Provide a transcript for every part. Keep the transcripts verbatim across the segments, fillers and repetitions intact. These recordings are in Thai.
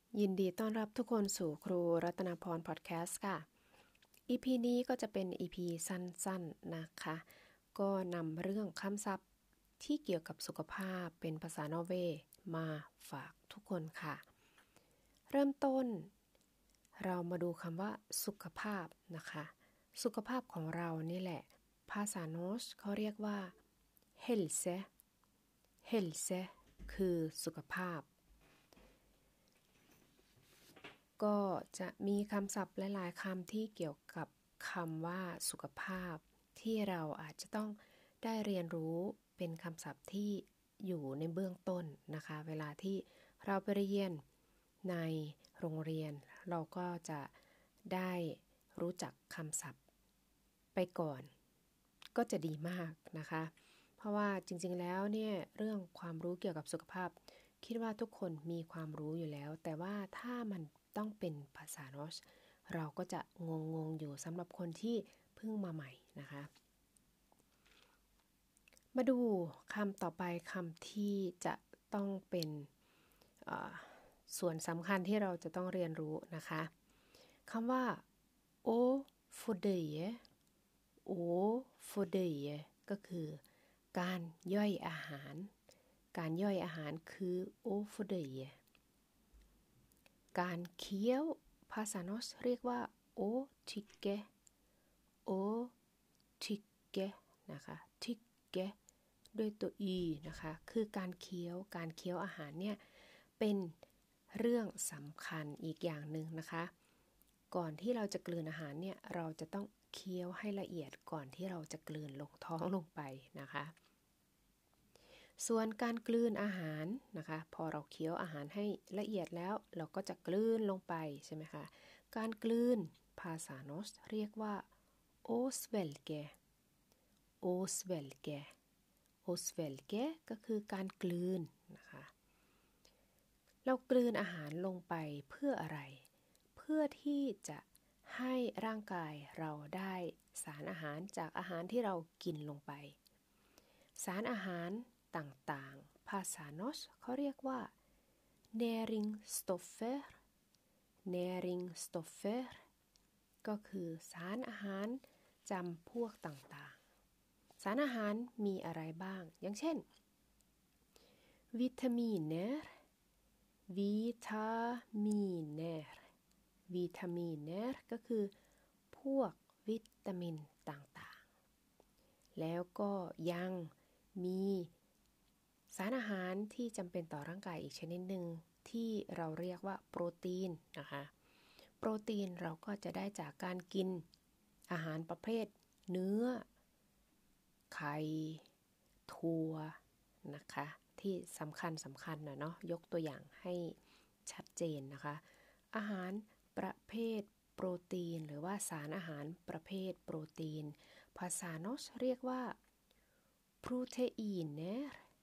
ยินดีต้อนรับทุกคนสู่ครูรัตนพรพอดแคสต์ค่ะ อี พี นี้ก็จะเป็น อี พี สั้นๆนะคะ ก็นำเรื่องคำศัพท์ที่เกี่ยวกับสุขภาพเป็นภาษานอร์เวย์มาฝากทุกคนค่ะ เริ่มต้นเรามาดูคำว่าสุขภาพนะคะ สุขภาพของเรานี่แหละภาษาโนชเขาเรียกว่า helse helse คือสุขภาพก็จะมีคำศัพท์หลายๆคำที่เกี่ยวกับคำว่าสุขภาพที่เราอาจจะต้องได้เรียนรู้เป็นคำศัพท์ที่อยู่ในเบื้องต้นนะคะเวลาที่เราไปเรียนในโรงเรียนเราก็จะได้รู้จักคำศัพท์ไปก่อนก็จะดีมากนะคะเพราะว่าจริงๆแล้วเนี่ยเรื่องความรู้เกี่ยวกับสุขภาพคิดว่าทุกคนมีความรู้อยู่แล้วแต่ว่าถ้ามันต้องเป็นภาษาโนชเราก็จะงงๆอยู่สำหรับคนที่เพิ่งมาใหม่นะคะมาดูคำต่อไปคำที่จะต้องเป็นส่วนสำคัญที่เราจะต้องเรียนรู้นะคะคำว่า o f o d e j o f o d e j ก็คือการย่อยอาหารการย่อยอาหารคือ o f o d e j การเคี้ยวภาษาโนชเรียกว่า o tykke o tykke นะคะ tykke ด้วยตัว e นะคะคือการเคี้ยวการเคี้ยวอาหารเนี่ยเป็นเรื่องสำคัญอีกอย่างหนึ่งนะคะก่อนที่เราจะกลืนอาหารเนี่ยเราจะต้องเคี้ยวให้ละเอียดก่อนที่เราจะกลืนลงท้องลงไปนะคะส่วนการกลืนอาหารนะคะพอเราเคี้ยวอาหารให้ละเอียดแล้วเราก็จะกลืนลงไปใช่ไหมคะการกลืนภาษาโนชเรียกว่า o svelge o svelge o svelge ก็คือการกลืนนะคะเรากลืนอาหารลงไปเพื่ออะไรเพื่อที่จะให้ร่างกายเราได้สารอาหารจากอาหารที่เรากินลงไปสารอาหารต่างๆภาษาโนชเขาเรียกว่า näringsstoffer näringsstoffer ก็คือสารอาหารจำพวกต่างๆสารอาหารมีอะไรบ้างอย่างเช่นวิตามินวิตามินวิตามินก็คือพวกวิตามินต่างๆแล้วก็ยังมีสารอาหารที่จำเป็นต่อร่างกายอีกชนิดหนึ่งที่เราเรียกว่าโปรตีนนะคะโปรตีนเราก็จะได้จากการกินอาหารประเภทเนื้อไข่ถั่วนะคะที่สำคัญสำคัญนะเนาะยกตัวอย่างให้ชัดเจนนะคะอาหารประเภทโปรตีนหรือว่าสารอาหารประเภทโปรตีนภาษาโนชเรียกว่า proteiner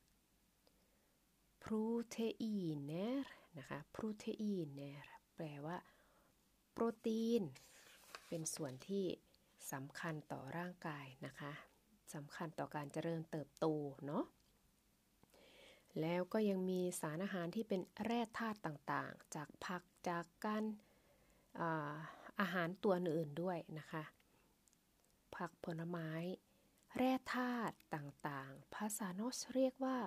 proteiner นะคะ proteiner แปลว่าโปรตีนเป็นส่วนที่สำคัญต่อร่างกายนะคะสำคัญต่อการเจริญเติบโตเนาะแล้วก็ยังมีสารอาหารที่เป็นแร่ธาตุต่างๆจากผักจากการอาอาหารตัวอื่นๆด้วยนะคะผักผลไม้แร่ธาตุต่างๆภาษาโนชเรียกว่า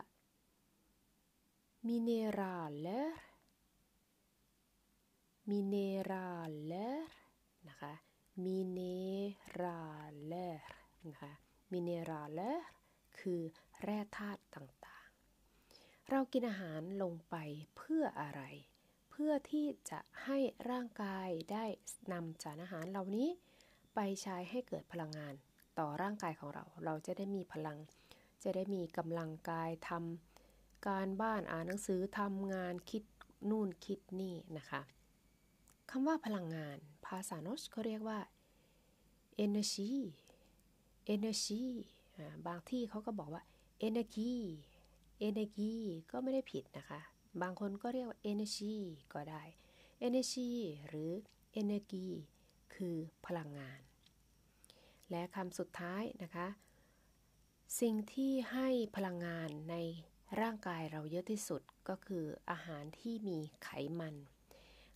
mineraler mineraler นะคะ mineraler นะคะ mineraler คือแร่ธาตุต่างๆเรากินอาหารลงไปเพื่ออะไรเพื่อที่จะให้ร่างกายได้นำสารอาหารเหล่านี้ไปใช้ให้เกิดพลังงานต่อร่างกายของเราเราจะได้มีพลังจะได้มีกำลังกายทำการบ้านอ่านหนังสือทำงานคิดนู่นคิดนี่นะคะคำว่าพลังงานภาษาโนชเขาเรียกว่า energy energy บางที่เขาก็บอกว่า energy energy ก็ไม่ได้ผิดนะคะบางคนก็เรียกว่า energy ก็ได้ energy หรือ energy คือพลังงานและคำสุดท้ายนะคะสิ่งที่ให้พลังงานในร่างกายเราเยอะที่สุดก็คืออาหารที่มีไขมัน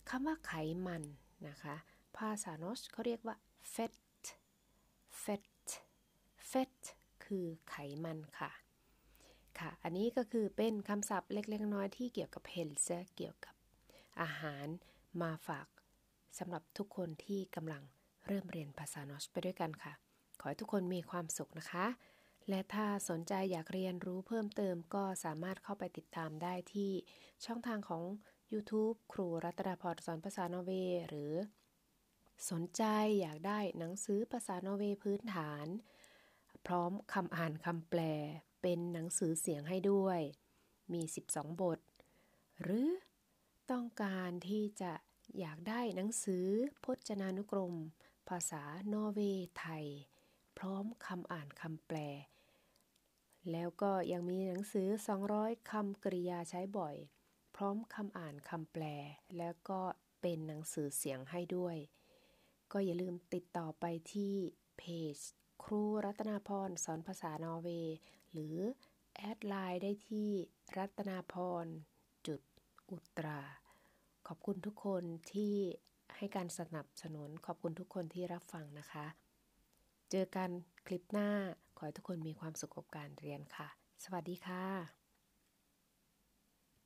คำว่าไขมันนะคะภาษาโนชเขาเรียกว่า fett fett fett คือไขมันค่ะค่ะอันนี้ก็คือเป็นคำศัพท์เล็กๆน้อยๆที่เกี่ยวกับ health เกี่ยวกับอาหารมาฝากสำหรับทุกคนที่กำลังเริ่มเรียนภาษาโนชไปด้วยกันค่ะขอให้ทุกคนมีความสุขนะคะและถ้าสนใจอยากเรียนรู้เพิ่มเติมก็สามารถเข้าไปติดตามได้ที่ช่องทางของ YouTube ครูรัตนาพรสอนภาษานอร์เวย์หรือสนใจอยากได้หนังสือภาษานอร์เวย์พื้นฐานพร้อมคำอ่านคำแปลเป็นหนังสือเสียงให้ด้วยมีสิบสองบทหรือต้องการที่จะอยากได้หนังสือพจนานุกรมภาษานอร์เวย์ไทยพร้อมคำอ่านคำแปลแล้วก็ยังมีหนังสือสองร้อยคำกริยาใช้บ่อยพร้อมคำอ่านคำแปลแล้วก็เป็นหนังสือเสียงให้ด้วยก็อย่าลืมติดต่อไปที่เพจครูรัตนาพรสอนภาษานอร์เวย์หรือแอดไลน์ได้ที่รัตนาพรจุดอุตราขอบคุณทุกคนที่ให้การสนับสนุนขอบคุณทุกคนที่รับฟังนะคะเจอกันคลิปหน้าขอให้ทุกคนมีความสุขกับการเรียนค่ะสวัสดีค่ะ